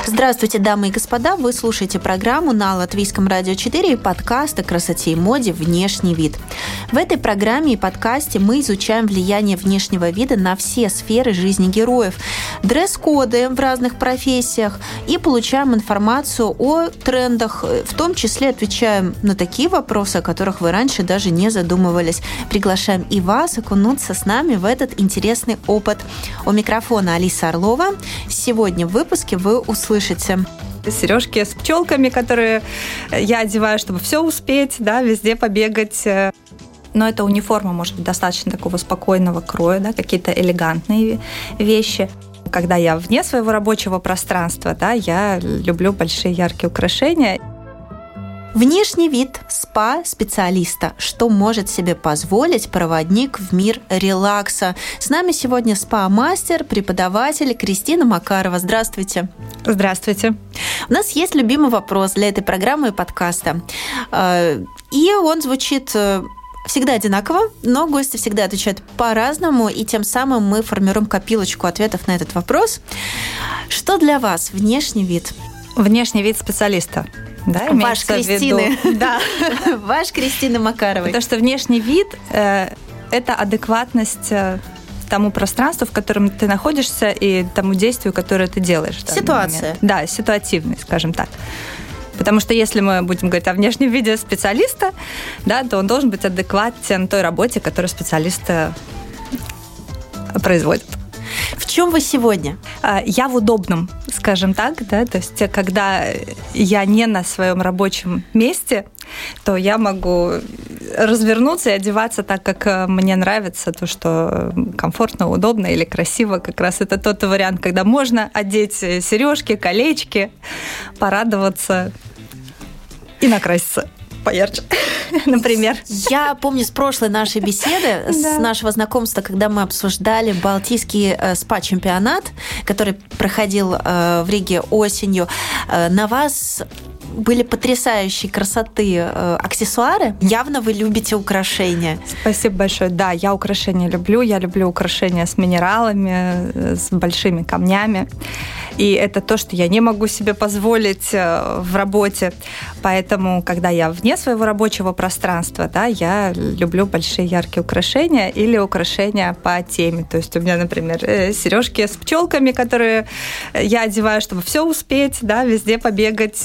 Здравствуйте, дамы и господа! Вы слушаете программу на Латвийском радио 4 и подкаст о красоте и моде «Внешний вид». В этой программе и подкасте мы изучаем влияние внешнего вида на все сферы жизни героев, дресс-коды в разных профессиях и получаем информацию о трендах, в том числе отвечаем на такие вопросы, о которых вы раньше даже не задумывались. Приглашаем и вас окунуться с нами в этот интересный опыт. У микрофона Алиса Орлова. Сегодня в выпуске вы услышите сережки с пчелками, которые я одеваю, чтобы все успеть, да, везде побегать. Но эта униформа может быть достаточно такого спокойного кроя, да, какие-то элегантные вещи. Когда я вне своего рабочего пространства, да, я люблю большие яркие украшения. Внешний вид спа-специалиста. Что может себе позволить проводник в мир релакса? С нами сегодня спа-мастер, преподаватель Кристина Макарова. Здравствуйте. Здравствуйте. У нас есть любимый вопрос для этой программы и подкаста. И он звучит всегда одинаково, но гости всегда отвечают по-разному, и тем самым мы формируем копилочку ответов на этот вопрос. Что для вас внешний вид? Внешний вид специалиста. Да, ваш Кристины. Да. Ваш Кристины Макаровой. Потому что внешний вид – это адекватность тому пространству, в котором ты находишься, и тому действию, которое ты делаешь. Ситуация. Да, ситуативный, скажем так. Потому что если мы будем говорить о внешнем виде специалиста, да, то он должен быть адекватен той работе, которую специалист производит. В чем вы сегодня? Я в удобном, скажем так, да, то есть когда я не на своем рабочем месте, то я могу развернуться и одеваться так, как мне нравится, то, что комфортно, удобно или красиво. Как раз это тот вариант, когда можно одеть сережки, колечки, порадоваться и накраситься поярче, например. Я помню с прошлой нашей беседы, с нашего знакомства, когда мы обсуждали Балтийский спа-чемпионат, который проходил в Риге осенью. На вас были потрясающей красоты аксессуары. Явно вы любите украшения. Спасибо большое. Да, я украшения люблю. Я люблю украшения с минералами, с большими камнями. И это то, что я не могу себе позволить в работе. Поэтому, когда я вне своего рабочего пространства, да, я люблю большие яркие украшения или украшения по теме. То есть у меня, например, сережки с пчелками, которые я одеваю, чтобы все успеть, да, везде побегать,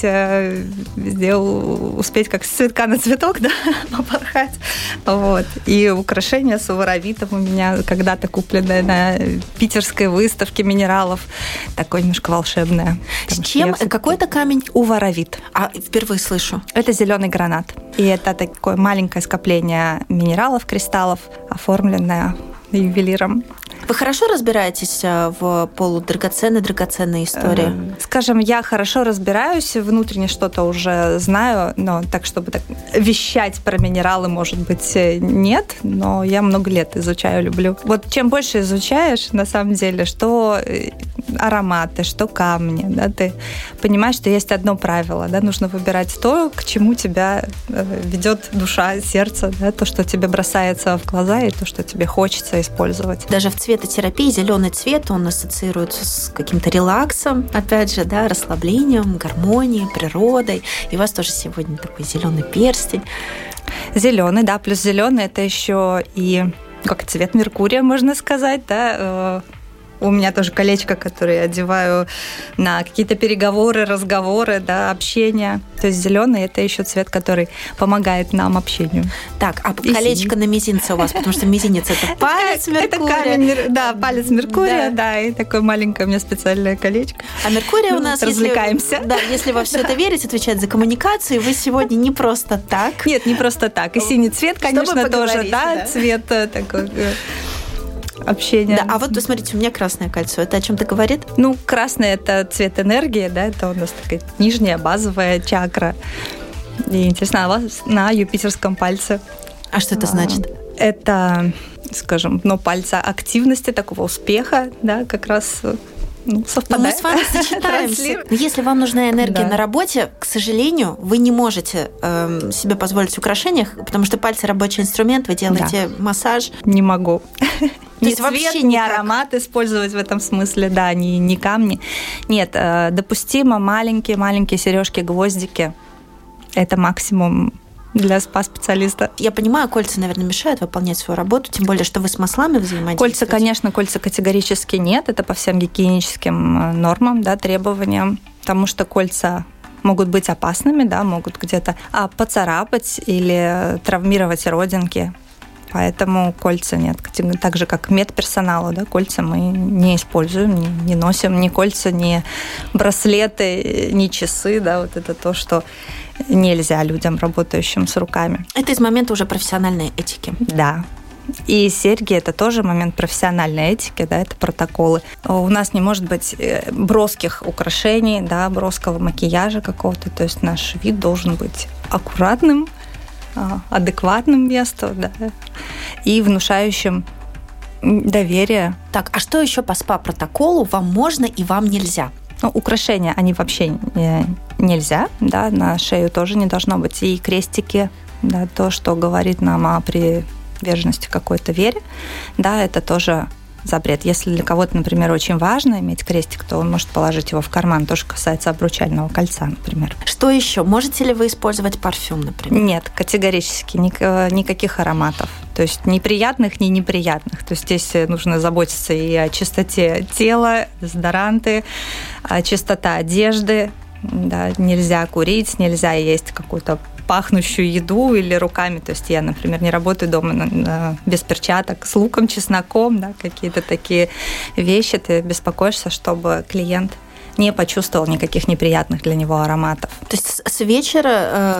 везде успеть как с цветка на цветок, да, попорхать. Вот. И украшения с уворовитом у меня когда-то купленное на питерской выставке минералов. Такое немножко волшебное. С чем? Какой это камень? Уворовит. Впервые слышу. Это зеленый гранат. И это такое маленькое скопление минералов, кристаллов, оформленное ювелиром. Вы хорошо разбираетесь в драгоценной истории? Скажем, я хорошо разбираюсь, внутренне что-то уже знаю, но так, чтобы так вещать про минералы, может быть, нет, но я много лет изучаю, люблю. Вот чем больше изучаешь, на самом деле, что ароматы, что камни, да, ты понимаешь, что есть одно правило, да, нужно выбирать то, к чему тебя ведет душа, сердце, да, то, что тебе бросается в глаза, и то, что тебе хочется использовать. Даже в цветотерапии зеленый цвет, он ассоциируется с каким-то релаксом, опять же, да, расслаблением, гармонией, природой. И у вас тоже сегодня такой зеленый перстень. Зеленый, да, плюс зеленый это еще и как цвет Меркурия, можно сказать, да. У меня тоже колечко, которое я одеваю на какие-то переговоры, разговоры, да, общение. То есть зеленый это еще цвет, который помогает нам общению. Так, а колечко на мизинце у вас, потому что мизинец это палец Меркурия. Это камень, да, палец Меркурия, да, и такое маленькое у меня специальное колечко. А Меркурий у нас, развлекаемся. Если во все это верить, отвечает за коммуникацию, вы сегодня не просто так. Нет, не просто так. И синий цвет, конечно, тоже, да, цвет такой общения. Да, а вот, смотрите, у меня красное кольцо. Это о чем-то говорит? Ну, красный – это цвет энергии, да, это у нас такая нижняя базовая чакра. И интересно, а у вас на юпитерском пальце. А что это значит? Это, скажем, пальца активности, такого успеха, да, как раз совпадает. Мы с вами сочетаемся. Если вам нужна энергия на работе, к сожалению, вы не можете себе позволить украшения, потому что пальцы – рабочий инструмент, вы делаете массаж. Не могу. Ни цвет, ни аромат использовать в этом смысле, да, ни камни. Нет, допустимо маленькие сережки, гвоздики. Это максимум для спа-специалиста. Я понимаю, кольца, наверное, мешают выполнять свою работу, тем более, что вы с маслами взаимодействуете. Кольца категорически нет. Это по всем гигиеническим нормам, да, требованиям, потому что кольца могут быть опасными, да, могут где-то поцарапать или травмировать родинки. Поэтому кольца нет. Так же, как медперсоналу, да, кольца мы не используем, не носим ни кольца, ни браслеты, ни часы. Да, вот это то, что нельзя людям, работающим с руками. Это из момента уже профессиональной этики. Да. И серьги – это тоже момент профессиональной этики, да, это протоколы. У нас не может быть броских украшений, да, броского макияжа какого-то. То есть наш вид должен быть аккуратным, адекватным месту, да, и внушающим доверие. Так, а что еще по СПА-протоколу вам можно и вам нельзя? Украшения, они вообще нельзя, да, на шею тоже не должно быть. И крестики, да, то, что говорит нам о приверженности какой-то вере, да, это тоже запрет. Если для кого-то, например, очень важно иметь крестик, то он может положить его в карман. То, что касается обручального кольца, например. Что еще? Можете ли вы использовать парфюм, например? Нет, категорически никаких ароматов. То есть ни приятных, ни неприятных. То есть здесь нужно заботиться и о чистоте тела, дезодоранты, чистота одежды. Да, нельзя курить, нельзя есть какую-то пахнущую еду или руками. То есть я, например, не работаю дома без перчаток, с луком, чесноком, да, какие-то такие вещи. Ты беспокоишься, чтобы клиент не почувствовал никаких неприятных для него ароматов. То есть с вечера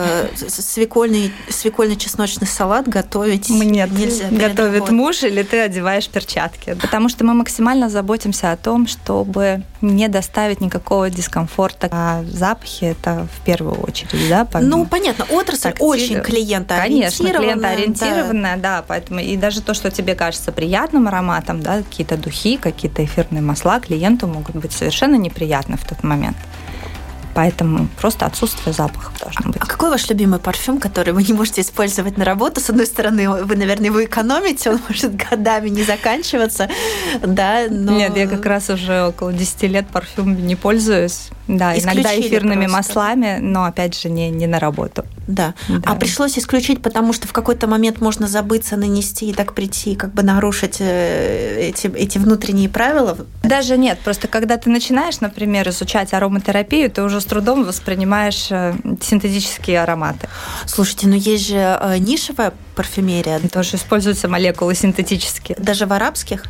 свекольно-чесночный салат готовить нельзя? Готовит муж, или ты одеваешь перчатки. Потому что мы максимально заботимся о том, чтобы не доставить никакого дискомфорта. А запахи – это в первую очередь, да? Понятно, отрасль очень клиентоориентированная. Конечно, клиентоориентированная, да. Поэтому и даже то, что тебе кажется приятным ароматом, да, какие-то духи, какие-то эфирные масла клиенту могут быть совершенно неприятны в тот момент. Поэтому просто отсутствие запахов должно быть. А какой ваш любимый парфюм, который вы не можете использовать на работу? С одной стороны, вы, наверное, его экономите, он может годами не заканчиваться, да, но... Нет, я как раз уже около 10 лет парфюмами не пользуюсь. Да, иногда эфирными маслами, но, опять же, не на работу. Да. А пришлось исключить, потому что в какой-то момент можно забыться, нанести и так прийти, как бы нарушить эти внутренние правила? Даже нет. Просто когда ты начинаешь, например, изучать ароматерапию, ты уже с трудом воспринимаешь синтетические ароматы. Слушайте, но есть же нишевая парфюмерия. Тоже используются молекулы синтетические. Даже в арабских?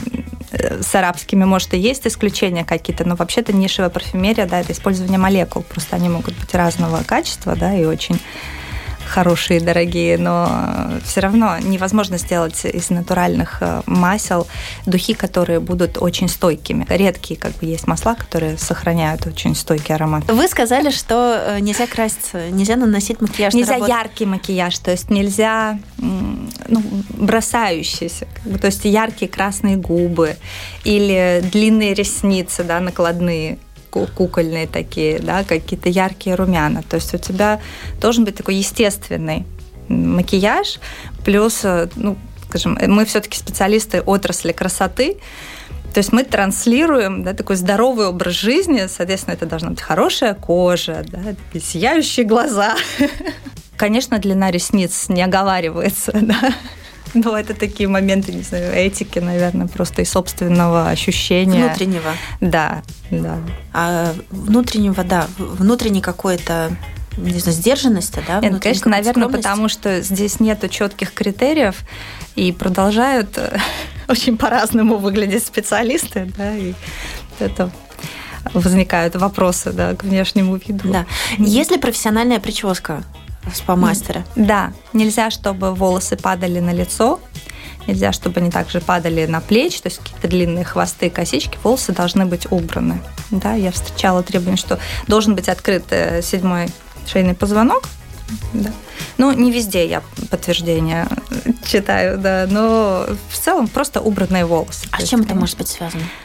С арабскими, может, и есть исключения какие-то, но вообще-то нишевая парфюмерия, да, это использование молекул. Просто они могут быть разного качества, да, и очень хорошие, дорогие, но все равно невозможно сделать из натуральных масел духи, которые будут очень стойкими. Редкие есть масла, которые сохраняют очень стойкий аромат. Вы сказали, что нельзя краситься, нельзя наносить макияж нельзя на работу. Яркий макияж, то есть нельзя бросающийся, то есть яркие красные губы или длинные ресницы, да, накладные, кукольные такие, да, какие-то яркие румяна. То есть у тебя должен быть такой естественный макияж, плюс, скажем, мы все-таки специалисты отрасли красоты, то есть мы транслируем, да, такой здоровый образ жизни, соответственно, это должна быть хорошая кожа, да, сияющие глаза. Конечно, длина ресниц не оговаривается, да. Но это такие моменты, не знаю, этики, наверное, просто и собственного ощущения. Внутреннего. Да. А внутреннего, да, внутренней какой-то, не знаю, сдержанности, да? Нет, конечно, наверное, потому что здесь нету четких критериев, и продолжают очень по-разному выглядеть специалисты, да, и это... возникают вопросы, да, к внешнему виду. Да. Есть ли профессиональная прическа спа-мастера? Да. Нельзя, чтобы волосы падали на лицо, нельзя, чтобы они также падали на плечи, то есть какие-то длинные хвосты, косички, волосы должны быть убраны. Да, я встречала требование, что должен быть открыт 7-й шейный позвонок. Да. Не везде я подтверждения читаю, да, но в целом просто убранные волосы. А с чем это может быть связано?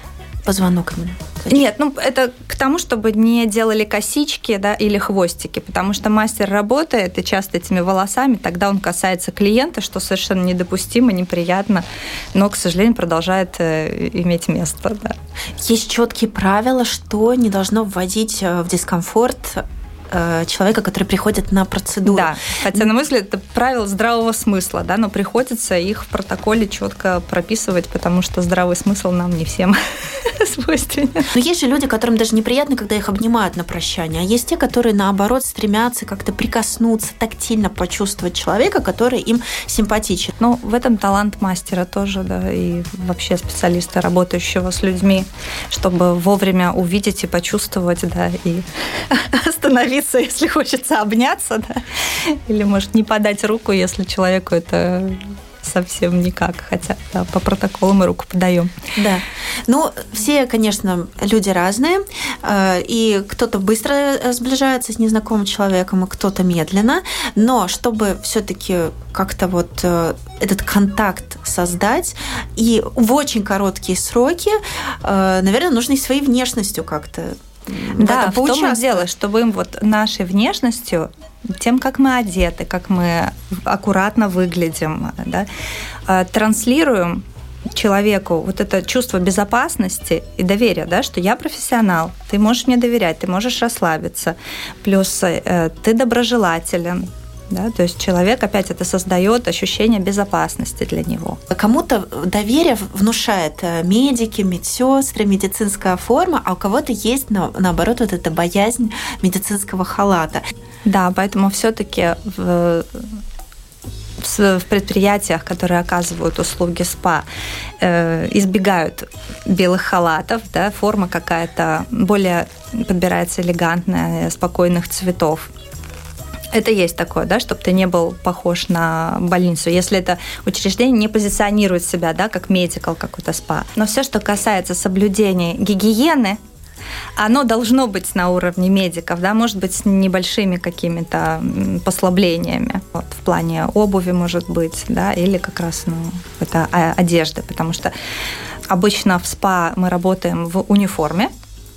Позвонок именно. Нет, это к тому, чтобы не делали косички, да, или хвостики, потому что мастер работает и часто этими волосами, тогда он касается клиента, что совершенно недопустимо, неприятно, но, к сожалению, продолжает иметь место. Да. Есть четкие правила, что не должно вводить в дискомфорт человека, который приходит на процедуру. Да, хотя, на мой взгляд, это правила здравого смысла, да, но приходится их в протоколе четко прописывать, потому что здравый смысл нам не всем свойственен. Но есть же люди, которым даже неприятно, когда их обнимают на прощание, а есть те, которые, наоборот, стремятся как-то прикоснуться, тактильно почувствовать человека, который им симпатичен. Ну, в этом талант мастера тоже, да, и вообще специалиста, работающего с людьми, чтобы вовремя увидеть и почувствовать, да, и остановиться, если хочется обняться, да, или, может, не подать руку, если человеку это совсем никак, хотя да, по протоколу мы руку подаем. Да. Ну, все, конечно, люди разные, и кто-то быстро сближается с незнакомым человеком, и кто-то медленно, но чтобы все-таки как-то вот этот контакт создать, и в очень короткие сроки, наверное, нужно и своей внешностью как-то да, в том и дело, чтобы им вот нашей внешностью, тем, как мы одеты, как мы аккуратно выглядим, да, транслируем человеку вот это чувство безопасности и доверия, да, что я профессионал, ты можешь мне доверять, ты можешь расслабиться, плюс ты доброжелателен. Да, то есть человек опять это создает ощущение безопасности для него. Кому-то доверие внушает медики, медсестры, медицинская форма, а у кого-то есть, наоборот, вот эта боязнь медицинского халата. Да, поэтому все-таки в предприятиях, которые оказывают услуги СПА, избегают белых халатов, да, форма какая-то более подбирается элегантная, спокойных цветов. Это есть такое, да, чтобы ты не был похож на больницу, если это учреждение не позиционирует себя, да, как медикал, какой-то спа. Но все, что касается соблюдения гигиены, оно должно быть на уровне медиков, да, может быть, с небольшими какими-то послаблениями. Вот, в плане обуви, может быть, да, или как раз это одежда, потому что обычно в спа мы работаем в униформе,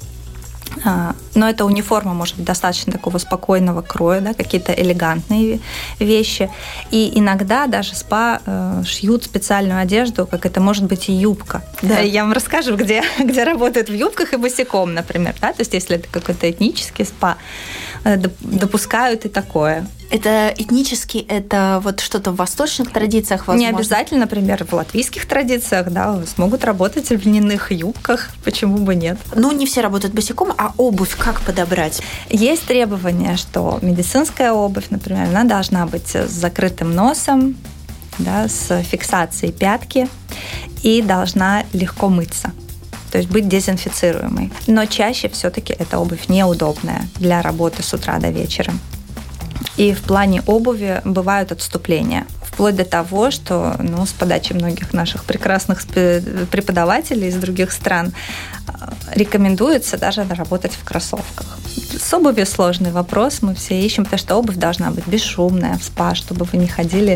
но эта униформа может быть достаточно такого спокойного кроя, да, какие-то элегантные вещи. И иногда даже спа шьют специальную одежду, как это может быть и юбка. Да. Я вам расскажу, где работают в юбках и босиком, например. Да? То есть если это какой-то этнический спа, допускают и такое. Это этнический, это вот что-то в восточных традициях, возможно? Не обязательно, например, в латвийских традициях, да, смогут работать в льняных юбках, почему бы нет. Ну, не все работают босиком, а обувь как подобрать? Есть требования, что медицинская обувь, например, она должна быть с закрытым носом, да, с фиксацией пятки и должна легко мыться. То есть быть дезинфицируемой. Но чаще все-таки эта обувь неудобная для работы с утра до вечера. И в плане обуви бывают отступления. Вплоть до того, что с подачи многих наших прекрасных преподавателей из других стран рекомендуется даже работать в кроссовках. С обувью сложный вопрос, мы все ищем, потому что обувь должна быть бесшумная в спа, чтобы вы не ходили,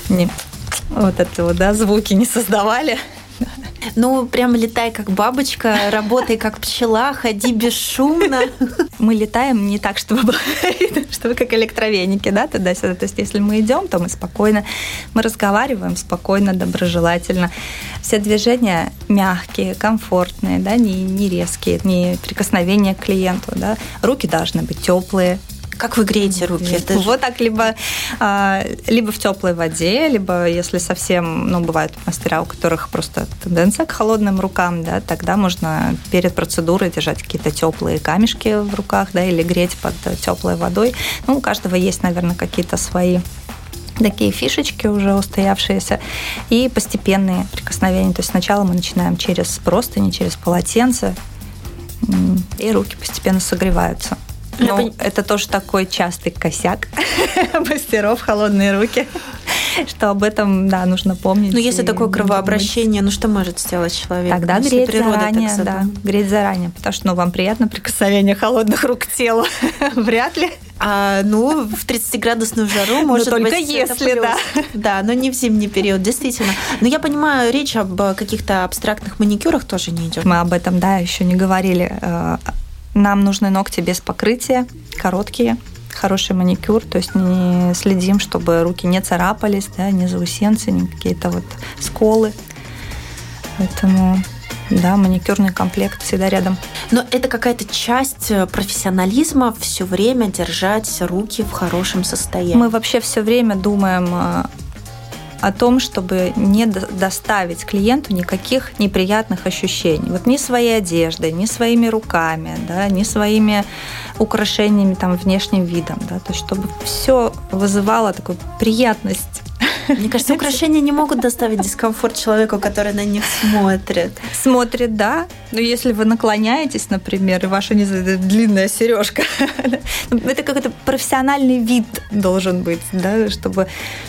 вот это вот, да, звуки не создавали. Ну, прям летай как бабочка, работай как пчела, ходи бесшумно. Мы летаем не так, чтобы как электровеники, да, туда-сюда. То есть, если мы идем, то мы спокойно, мы разговариваем спокойно, доброжелательно. Все движения мягкие, комфортные, да, не резкие, не прикосновения к клиенту, да. Руки должны быть теплые. Как вы греете руки? Вот так, либо в теплой воде, либо если совсем, бывают мастера, у которых просто тенденция к холодным рукам, да, тогда можно перед процедурой держать какие-то теплые камешки в руках, да, или греть под теплой водой. У каждого есть, наверное, какие-то свои такие фишечки уже устоявшиеся и постепенные прикосновения. То есть сначала мы начинаем через простыни, через полотенце, и руки постепенно согреваются. Это тоже такой частый косяк мастеров, холодные руки. что об этом, да, нужно помнить. Но если такое кровообращение, что может сделать человек? Тогда греть заранее, да, греть заранее, потому что, вам приятно прикосновение холодных рук к телу? Вряд ли. В 30-градусную жару, может быть, только если, да. Да, но не в зимний период, действительно. Но я понимаю, речь об каких-то абстрактных маникюрах тоже не идет. Мы об этом, да, еще не говорили. Нам нужны ногти без покрытия, короткие, хороший маникюр, то есть не следим, чтобы руки не царапались, да, не заусенцы, не какие-то сколы. Поэтому, да, маникюрный комплект всегда рядом. Но это какая-то часть профессионализма все время держать руки в хорошем состоянии. Мы вообще все время думаем о том, чтобы не доставить клиенту никаких неприятных ощущений. Ни своей одеждой, ни своими руками, да, ни своими украшениями, внешним видом. Да, то есть чтобы все вызывало такую приятность. Мне кажется, украшения не могут доставить дискомфорт человеку, который на них смотрит. Смотрит, да. Но если вы наклоняетесь, например, и ваша длинная сережка, это какой-то профессиональный вид должен быть, да, чтобы...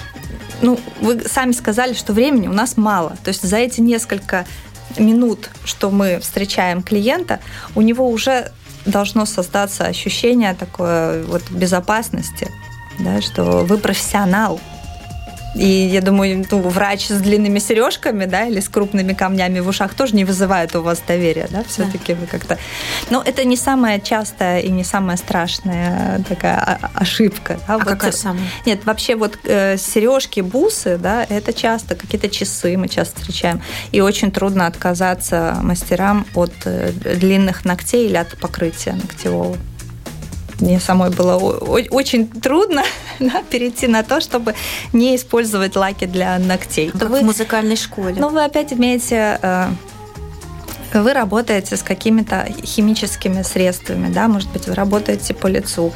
вы сами сказали, что времени у нас мало. То есть за эти несколько минут, что мы встречаем клиента, у него уже должно создаться ощущение такой безопасности, да, что вы профессионал. И я думаю, врач с длинными сережками, да, или с крупными камнями в ушах тоже не вызывает у вас доверия, да, все-таки вы как-то... Но это не самая частая и не самая страшная такая ошибка. Да? Какая самая? Нет, вообще сережки, бусы, да, это часто, какие-то часы мы часто встречаем. И очень трудно отказаться мастерам от длинных ногтей или от покрытия ногтевого. Мне самой было очень трудно перейти на то, чтобы не использовать лаки для ногтей. Как в музыкальной школе. Вы опять имеете... Вы работаете с какими-то химическими средствами, да, может быть, вы работаете по лицу.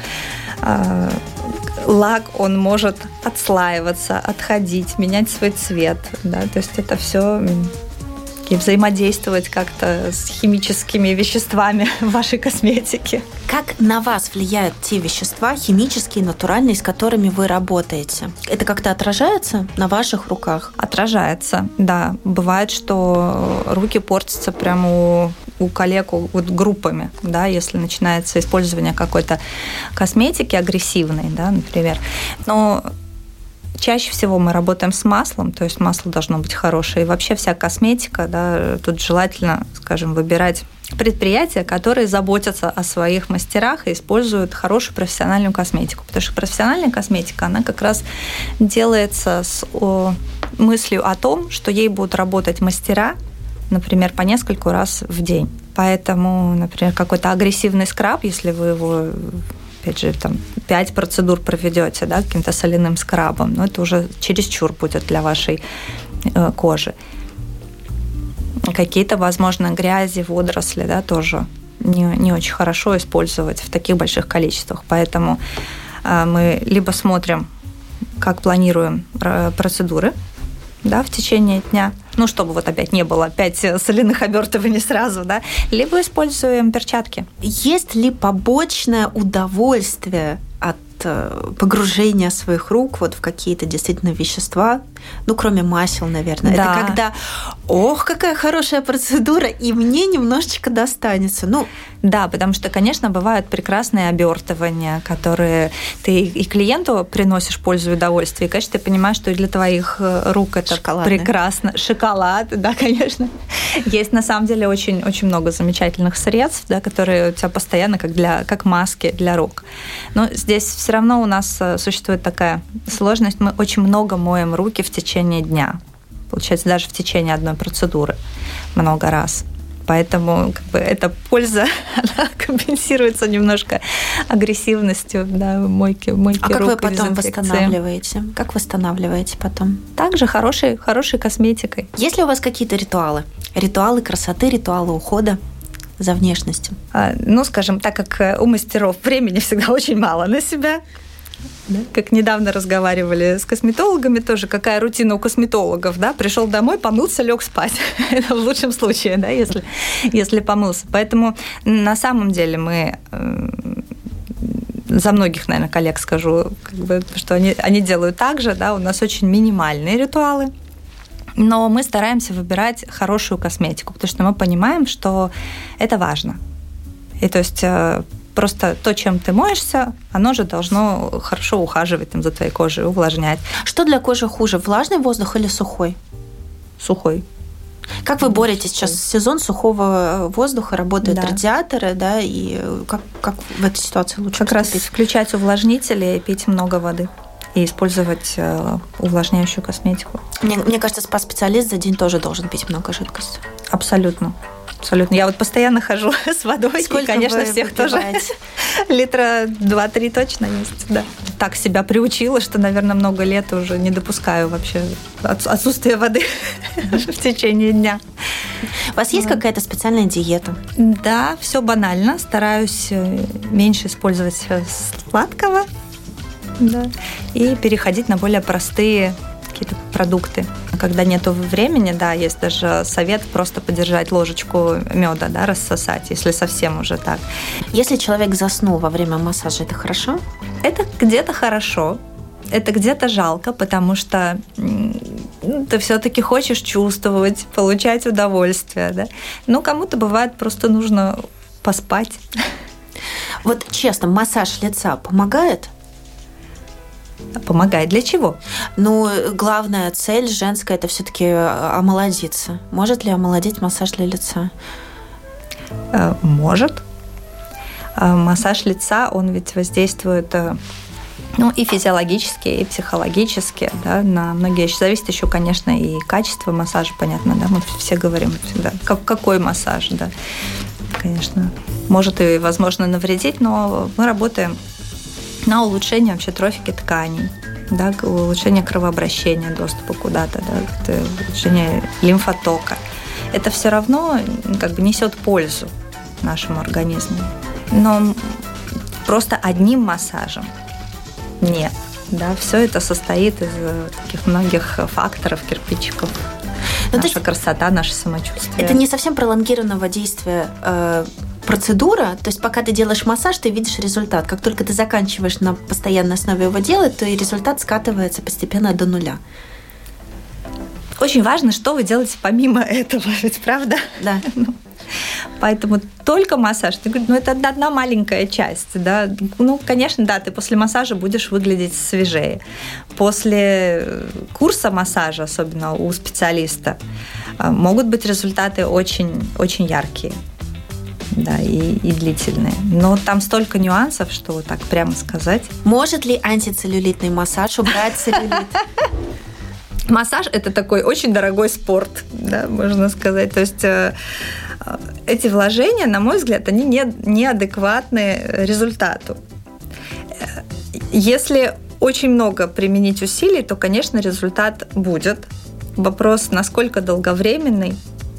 Лак, он может отслаиваться, отходить, менять свой цвет, да, то есть это все... и взаимодействовать как-то с химическими веществами в вашей косметике. Как на вас влияют те вещества, химические, натуральные, с которыми вы работаете? Это как-то отражается на ваших руках? Отражается, да. Бывает, что руки портятся прямо у коллег группами, да, если начинается использование какой-то косметики агрессивной, да, например. Но чаще всего мы работаем с маслом, то есть масло должно быть хорошее. И вообще вся косметика, да, тут желательно, скажем, выбирать предприятия, которые заботятся о своих мастерах и используют хорошую профессиональную косметику. Потому что профессиональная косметика, она как раз делается с мыслью о том, что ей будут работать мастера, например, по нескольку раз в день. Поэтому, например, какой-то агрессивный скраб, если вы его... опять же, 5 процедур проведете, да, каким-то соляным скрабом, но это уже чересчур будет для вашей кожи. Какие-то, возможно, грязи, водоросли, да, тоже не очень хорошо использовать в таких больших количествах. Поэтому мы либо смотрим, как планируем процедуры, да, в течение дня, чтобы опять не было 5 соляных обертываний сразу, да, либо используем перчатки. Есть ли побочное удовольствие от погружения своих рук в какие-то действительно вещества, кроме масел, наверное? Да. Это когда, какая хорошая процедура, и мне немножечко достанется. Да, потому что, конечно, бывают прекрасные обертывания, которые ты и клиенту приносишь пользу и удовольствие. И, конечно, ты понимаешь, что и для твоих рук это прекрасно. Шоколад, да, конечно. Есть, на самом деле, очень много замечательных средств, да, которые у тебя постоянно как маски для рук. Но здесь все равно у нас существует такая сложность. Мы очень много моем руки в течение дня. Получается, даже в течение одной процедуры много раз. Поэтому эта польза она компенсируется немножко агрессивностью, да, мойки рук. А как вы потом восстанавливаете? Как восстанавливаете потом? Также хорошей косметикой. Есть ли у вас какие-то ритуалы? Ритуалы красоты, ритуалы ухода за внешностью? Скажем, так как у мастеров времени всегда очень мало на себя, да? Как недавно разговаривали с косметологами, тоже какая рутина у косметологов, да? Пришел домой, помылся, лег спать. Это в лучшем случае, да, если помылся. Поэтому на самом деле мы за многих, наверное, коллег скажу, что они делают так же, да, у нас очень минимальные ритуалы, но мы стараемся выбирать хорошую косметику, потому что мы понимаем, что это важно. И то есть просто то, чем ты моешься, оно же должно хорошо ухаживать за твоей кожей, увлажнять. Что для кожи хуже, влажный воздух или сухой? Сухой. Как вы боретесь сейчас? Сезон сухого воздуха, работают радиаторы, да, и как в этой ситуации лучше как раз включать увлажнители, пить много воды и использовать увлажняющую косметику. Мне кажется, спа-специалист за день тоже должен пить много жидкости. Абсолютно. Абсолютно. Я вот постоянно хожу с водой. Сколько и, конечно, всех тоже литра 2-3 точно есть. Да. Так себя приучила, что, наверное, много лет уже не допускаю вообще отсутствия воды в течение дня. У вас есть какая-то специальная диета? Да, все банально. Стараюсь меньше использовать сладкого, да, и переходить на более простые какие-то продукты. Когда нету времени, да, есть даже совет просто подержать ложечку меда, да, рассосать, если совсем уже так. Если человек заснул во время массажа, это хорошо? Это где-то хорошо, это где-то жалко, потому что ты все-таки хочешь чувствовать, получать удовольствие, да. Но кому-то бывает просто нужно поспать. Вот честно, массаж лица помогает? Помогает. Для чего? Ну, главная цель женская – это все-таки омолодиться. Может ли омолодить массаж для лица? Может. Массаж лица, он ведь воздействует и физиологически, и психологически, да, на многие вещи. Зависит еще, конечно, и качество массажа, понятно, да, мы все говорим всегда, какой массаж, да. Конечно, может и, возможно, навредить, но мы работаем на улучшение вообще трофики тканей, да, улучшение кровообращения, доступа куда-то, да, улучшение лимфотока. Это все равно несет пользу нашему организму. Но просто одним массажем нет. Да, все это состоит из таких многих факторов, кирпичиков. Наша красота, наше самочувствие. Это не совсем пролонгированного действия процедура, то есть пока ты делаешь массаж, ты видишь результат. Как только ты заканчиваешь на постоянной основе его делать, то и результат скатывается постепенно до нуля. Очень важно, что вы делаете помимо этого, ведь правда? Да. Поэтому только массаж. Ты говоришь, это одна маленькая часть. Да? Конечно, да, ты после массажа будешь выглядеть свежее. После курса массажа, особенно у специалиста, могут быть результаты очень, очень яркие. Да, и длительные. Но там столько нюансов, что так прямо сказать. Может ли антицеллюлитный массаж убрать целлюлит? Массаж – это такой очень дорогой спорт, да, можно сказать. То есть эти вложения, на мой взгляд, они неадекватны результату. Если очень много применить усилий, то, конечно, результат будет. Вопрос, насколько долговременный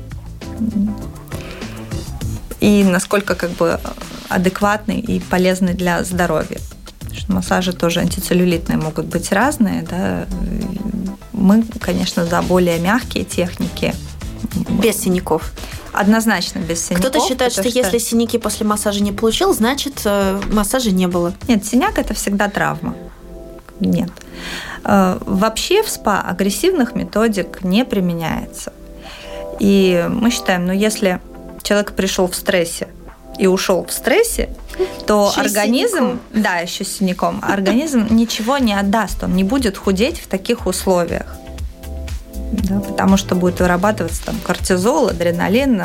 и насколько адекватный и полезный для здоровья. Потому что массажи тоже антицеллюлитные могут быть разные. Да. Мы, конечно, за более мягкие техники. Без синяков. Однозначно без синяков. Кто-то считает, что если синяки после массажа не получил, значит, массажа не было. Нет, синяк – это всегда травма. Нет. Вообще в СПА агрессивных методик не применяется. И мы считаем, если человек пришел в стрессе и ушел в стрессе, то еще организм, синяком. Да, еще с синяком, организм ничего не отдаст, он не будет худеть в таких условиях, да, потому что будет вырабатываться кортизол, адреналин,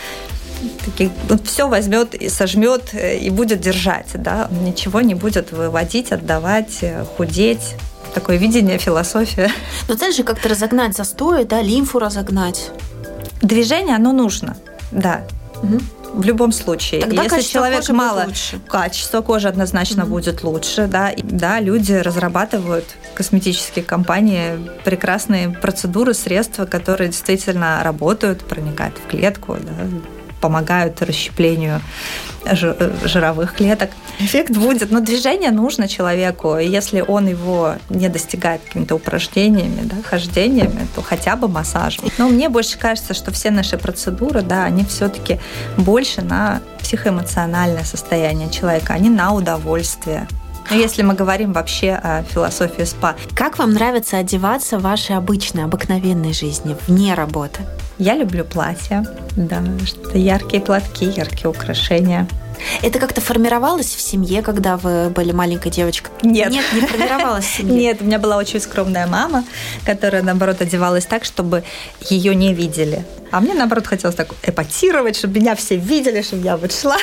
все возьмет и сожмет и будет держать, да, он ничего не будет выводить, отдавать, худеть. Такое видение, философия. Но цель же как-то разогнать застой, да, лимфу разогнать. Движение, оно нужно. Да, в любом случае. Тогда если человек мало, лучше. Качество кожи однозначно будет лучше. Да. И, да, люди разрабатывают, косметические компании, прекрасные процедуры, средства, которые действительно работают, проникают в клетку. Да. помогают расщеплению жировых клеток. Эффект будет, но движение нужно человеку. И если он его не достигает какими-то упражнениями, да, хождениями, то хотя бы массажем. Но мне больше кажется, что все наши процедуры, да, они все-таки больше на психоэмоциональное состояние человека, а не на удовольствие. Но если мы говорим вообще о философии СПА. Как вам нравится одеваться в вашей обычной, обыкновенной жизни, вне работы? Я люблю платья, да, что яркие платки, яркие украшения. Это как-то формировалось в семье, когда вы были маленькой девочкой? Нет. Нет, не формировалось в семье? Нет, у меня была очень скромная мама, которая, наоборот, одевалась так, чтобы ее не видели. А мне, наоборот, хотелось так эпатировать, чтобы меня все видели, чтобы я вот шла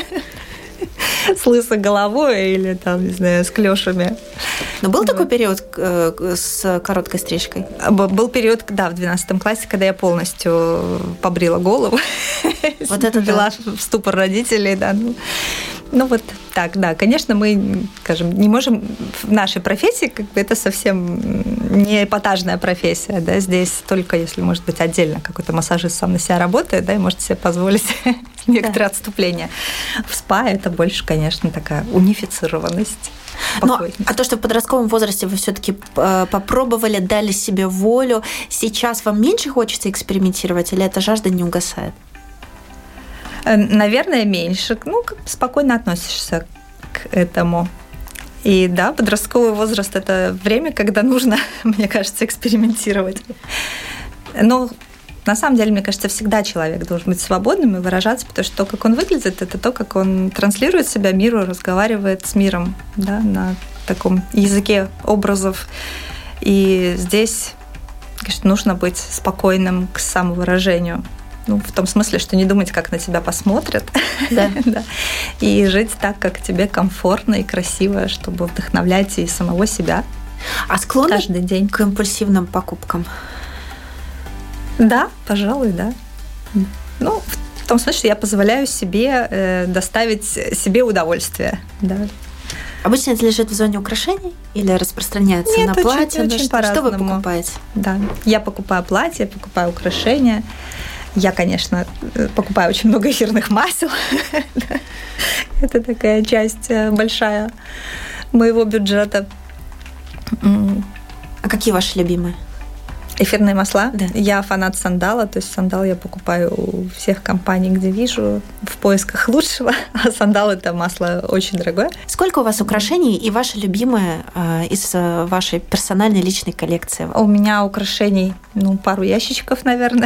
с лысой головой или, там, не знаю, с клёшами. Но был такой период с короткой стрижкой? Был период, да, в 12 классе, когда я полностью побрила голову. Вот это ввела в ступор родителей, да. Ну, вот так, да. Конечно, мы, скажем, не можем в нашей профессии, как бы это совсем не эпатажная профессия, да, здесь только если, может быть, отдельно какой-то массажист сам на себя работает, да, и может себе позволить некоторые отступления. В СПА это больше, конечно, такая унифицированность. А то, что в подростковом возрасте вы все-таки попробовали, дали себе волю, сейчас вам меньше хочется экспериментировать, или эта жажда не угасает? Наверное, меньше. Ну, спокойно относишься к этому. И да, подростковый возраст – это время, когда нужно, мне кажется, экспериментировать. Но на самом деле, мне кажется, всегда человек должен быть свободным и выражаться, потому что то, как он выглядит, это то, как он транслирует себя миру, разговаривает с миром, да, на таком языке образов. И здесь, конечно, нужно быть спокойным к самовыражению. Ну, в том смысле, что не думать, как на тебя посмотрят, да. Да. И жить так, как тебе комфортно и красиво, чтобы вдохновлять и самого себя. А склонны каждый день к импульсивным покупкам? Да, пожалуй, да. Ну, в том смысле, что я позволяю себе доставить себе удовольствие. Да. Обычно это лежит в зоне украшений или распространяется на платье? Очень что вы покупаете? Да, я покупаю платья, покупаю украшения. Я, конечно, покупаю очень много эфирных масел. Это такая часть большая моего бюджета. А какие ваши любимые? Эфирные масла? Да. Я фанат сандала, то есть сандал я покупаю у всех компаний, где вижу, в поисках лучшего. А сандал – это масло очень дорогое. Сколько у вас украшений и ваши любимые из вашей персональной личной коллекции? У меня украшений, пару ящичков, наверное.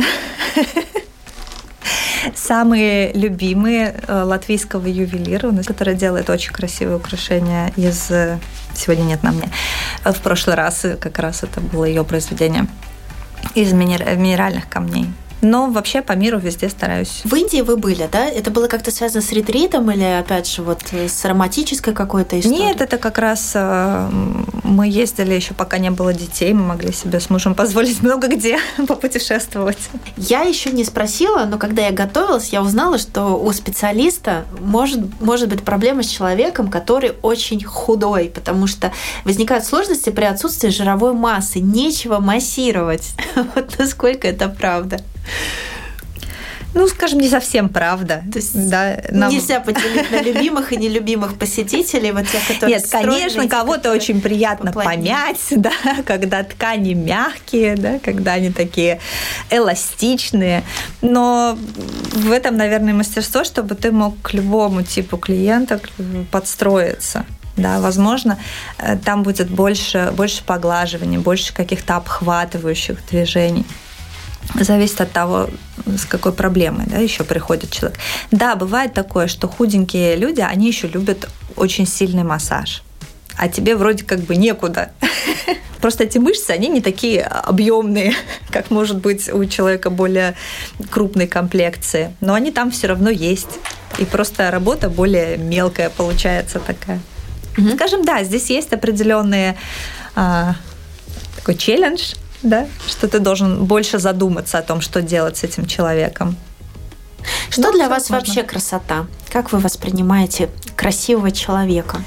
Самые любимые латвийского ювелира, который делает очень красивые украшения из... Сегодня нет на мне. В прошлый раз как раз это было ее произведение. Из минеральных камней. Но вообще по миру везде стараюсь. В Индии вы были, да? Это было как-то связано с ретритом или, опять же, вот с романтической какой-то историей? Нет, это как раз мы ездили еще пока не было детей, мы могли себе с мужем позволить много где попутешествовать. Я еще не спросила, но когда я готовилась, я узнала, что у специалиста может быть проблема с человеком, который очень худой, потому что возникают сложности при отсутствии жировой массы, нечего массировать. Вот насколько это правда? Скажем, не совсем правда. То есть нельзя поделить на любимых и нелюбимых посетителей, вот те, которые... Нет, конечно, кого-то очень приятно помять, да, когда ткани мягкие, да, когда они такие эластичные. Но в этом, наверное, мастерство, чтобы ты мог к любому типу клиента подстроиться. Да, возможно, там будет больше поглаживания, больше каких-то обхватывающих движений. Зависит от того, с какой проблемой, да, еще приходит человек. Да, бывает такое, что худенькие люди, они еще любят очень сильный массаж, а тебе вроде как бы некуда. Просто эти мышцы, они не такие объемные, как может быть у человека более крупной комплекции, но они там все равно есть. И просто работа более мелкая получается такая. Скажем, да, здесь есть определенный такой челлендж, да, что ты должен больше задуматься о том, что делать с этим человеком. Что для вас вообще красота? Как вы воспринимаете красивого человека?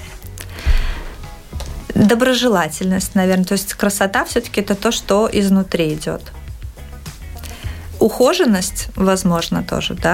Доброжелательность, наверное. То есть красота все-таки это то, что изнутри идет. Ухоженность, возможно, тоже, да.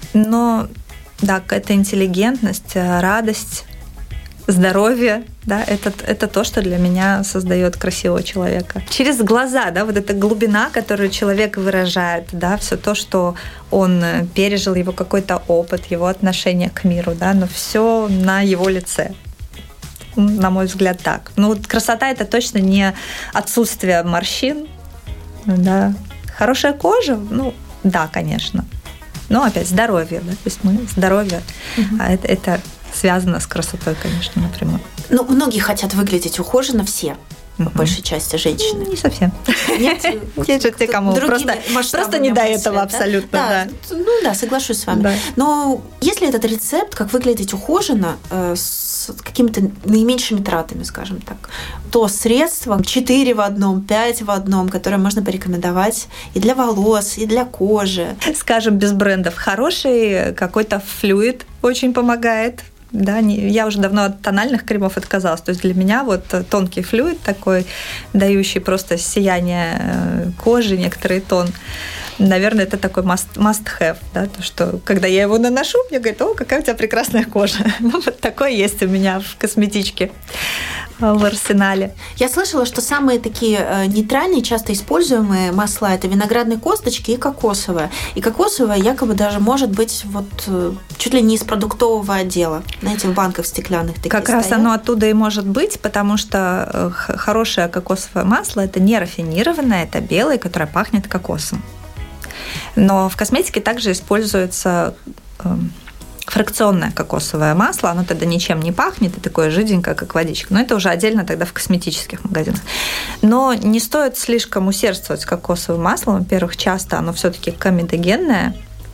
Но да, какая-то интеллигентность, радость, здоровье, да, это то, что для меня создает красивого человека. Через глаза, да, вот эта глубина, которую человек выражает, да, все то, что он пережил, его какой-то опыт, его отношение к миру, да, но все на его лице. На мой взгляд, так. Ну, вот красота – это точно не отсутствие морщин, да. Хорошая кожа, ну, да, конечно. Но опять здоровье, да, то есть мы здоровье, а это связано с красотой, конечно, напрямую. Ну, многие хотят выглядеть ухоженно, все, по большей части женщины. Не совсем. Нет? Есть же те, кому просто не до этого абсолютно. Да. Ну да, соглашусь с вами. Да. Но есть ли этот рецепт, как выглядеть ухоженно, с какими-то наименьшими тратами, скажем так? То средство 4 в одном, 5 в одном, которое можно порекомендовать и для волос, и для кожи. Скажем, без брендов. Хороший какой-то флюид очень помогает. Да, я уже давно от тональных кремов отказалась. То есть для меня вот тонкий флюид такой, дающий просто сияние кожи, некоторый тон, наверное, это такой must-have. Да, то, что когда я его наношу, мне говорят: о, какая у тебя прекрасная кожа. Ну, вот такое есть у меня в косметичке, в арсенале. Я слышала, что самые такие нейтральные, часто используемые масла – это виноградные косточки и кокосовое. И кокосовое якобы даже может быть вот чуть ли не из продуктового отдела. Знаете, в банках стеклянных такие как стоят. Раз оно оттуда и может быть, потому что хорошее кокосовое масло – это не рафинированное, это белое, которое пахнет кокосом. Но в косметике также используется фракционное кокосовое масло, оно тогда ничем не пахнет и такое жиденькое, как водичка. Но это уже отдельно тогда в косметических магазинах. Но не стоит слишком усердствовать с кокосовым маслом. Во-первых, часто оно все-таки комедогенное.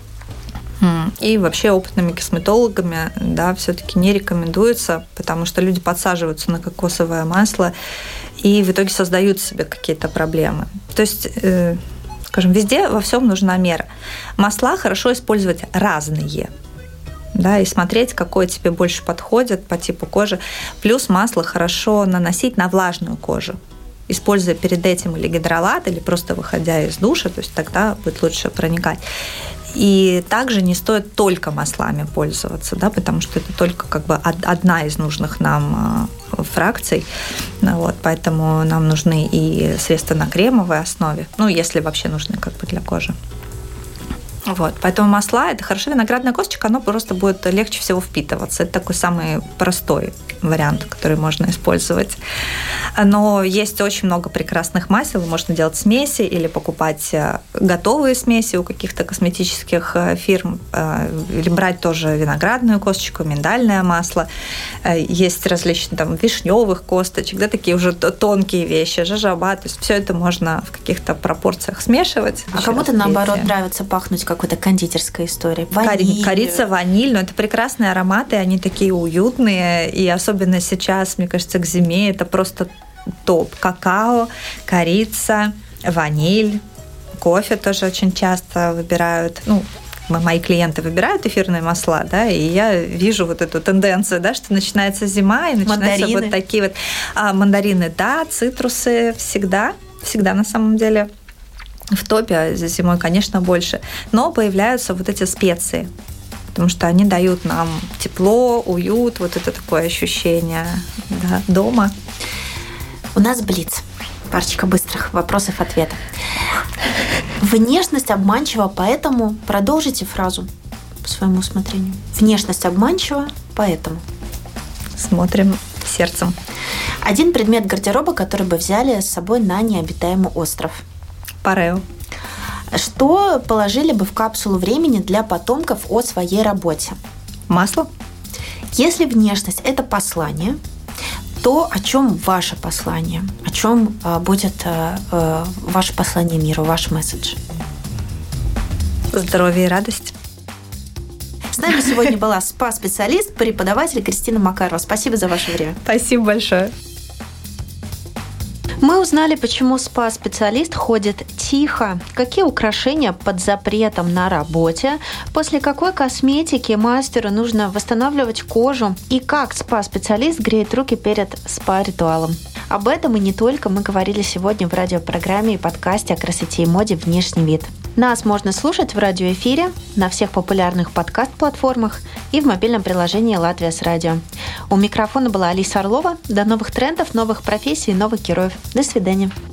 И вообще опытными косметологами, да, все-таки не рекомендуется, потому что люди подсаживаются на кокосовое масло и в итоге создают себе какие-то проблемы. То есть, скажем, везде во всем нужна мера. Масла хорошо использовать разные. Да, и смотреть, какое тебе больше подходит по типу кожи. Плюс масло хорошо наносить на влажную кожу, используя перед этим или гидролат, или просто выходя из душа, то есть тогда будет лучше проникать. И также не стоит только маслами пользоваться, да, потому что это только как бы одна из нужных нам фракций. Вот, поэтому нам нужны и средства на кремовой основе, ну, если вообще нужны как бы для кожи. Вот, поэтому масла – это хорошо. Виноградная косточка, оно просто будет легче всего впитываться. Это такой самый простой вариант, который можно использовать. Но есть очень много прекрасных масел. Можно делать смеси или покупать готовые смеси у каких-то косметических фирм. Или брать тоже виноградную косточку, миндальное масло. Есть различные там вишневых косточек, да, такие уже тонкие вещи, жожоба. То есть все это можно в каких-то пропорциях смешивать. А кому-то, наоборот, нравится пахнуть какой-то кондитерской историей. Ваниль. Корица, ваниль, но это прекрасные ароматы, они такие уютные, и особенно сейчас, мне кажется, к зиме это просто топ. Какао, корица, ваниль, кофе тоже очень часто выбирают, ну, мои клиенты выбирают эфирные масла, да, и я вижу вот эту тенденцию, да, что начинается зима, и начинаются вот такие вот мандарины, да, цитрусы всегда на самом деле в топе, а зимой, конечно, больше. Но появляются вот эти специи, потому что они дают нам тепло, уют, вот это такое ощущение, да, дома. У нас блиц. Парочка быстрых вопросов-ответов. Внешность обманчива, поэтому продолжите фразу по своему усмотрению. Внешность обманчива, поэтому. Смотрим сердцем. Один предмет гардероба, который бы взяли с собой на необитаемый остров. Парео. Что положили бы в капсулу времени для потомков о своей работе? Масло. Если внешность – это послание, то о чем ваше послание? О чем будет ваше послание миру, ваш месседж? Здоровье и радость. С нами сегодня была спа-специалист, преподаватель Кристина Макарова. Спасибо за ваше время. Спасибо большое. Мы узнали, почему спа-специалист ходит тихо, какие украшения под запретом на работе, после какой косметики мастеру нужно восстанавливать кожу и как спа-специалист греет руки перед спа-ритуалом. Об этом и не только мы говорили сегодня в радиопрограмме и подкасте о красоте и моде «Внешний вид». Нас можно слушать в радиоэфире, на всех популярных подкаст-платформах и в мобильном приложении «Латвия с радио». У микрофона была Алиса Орлова. До новых трендов, новых профессий, новых героев. До свидания.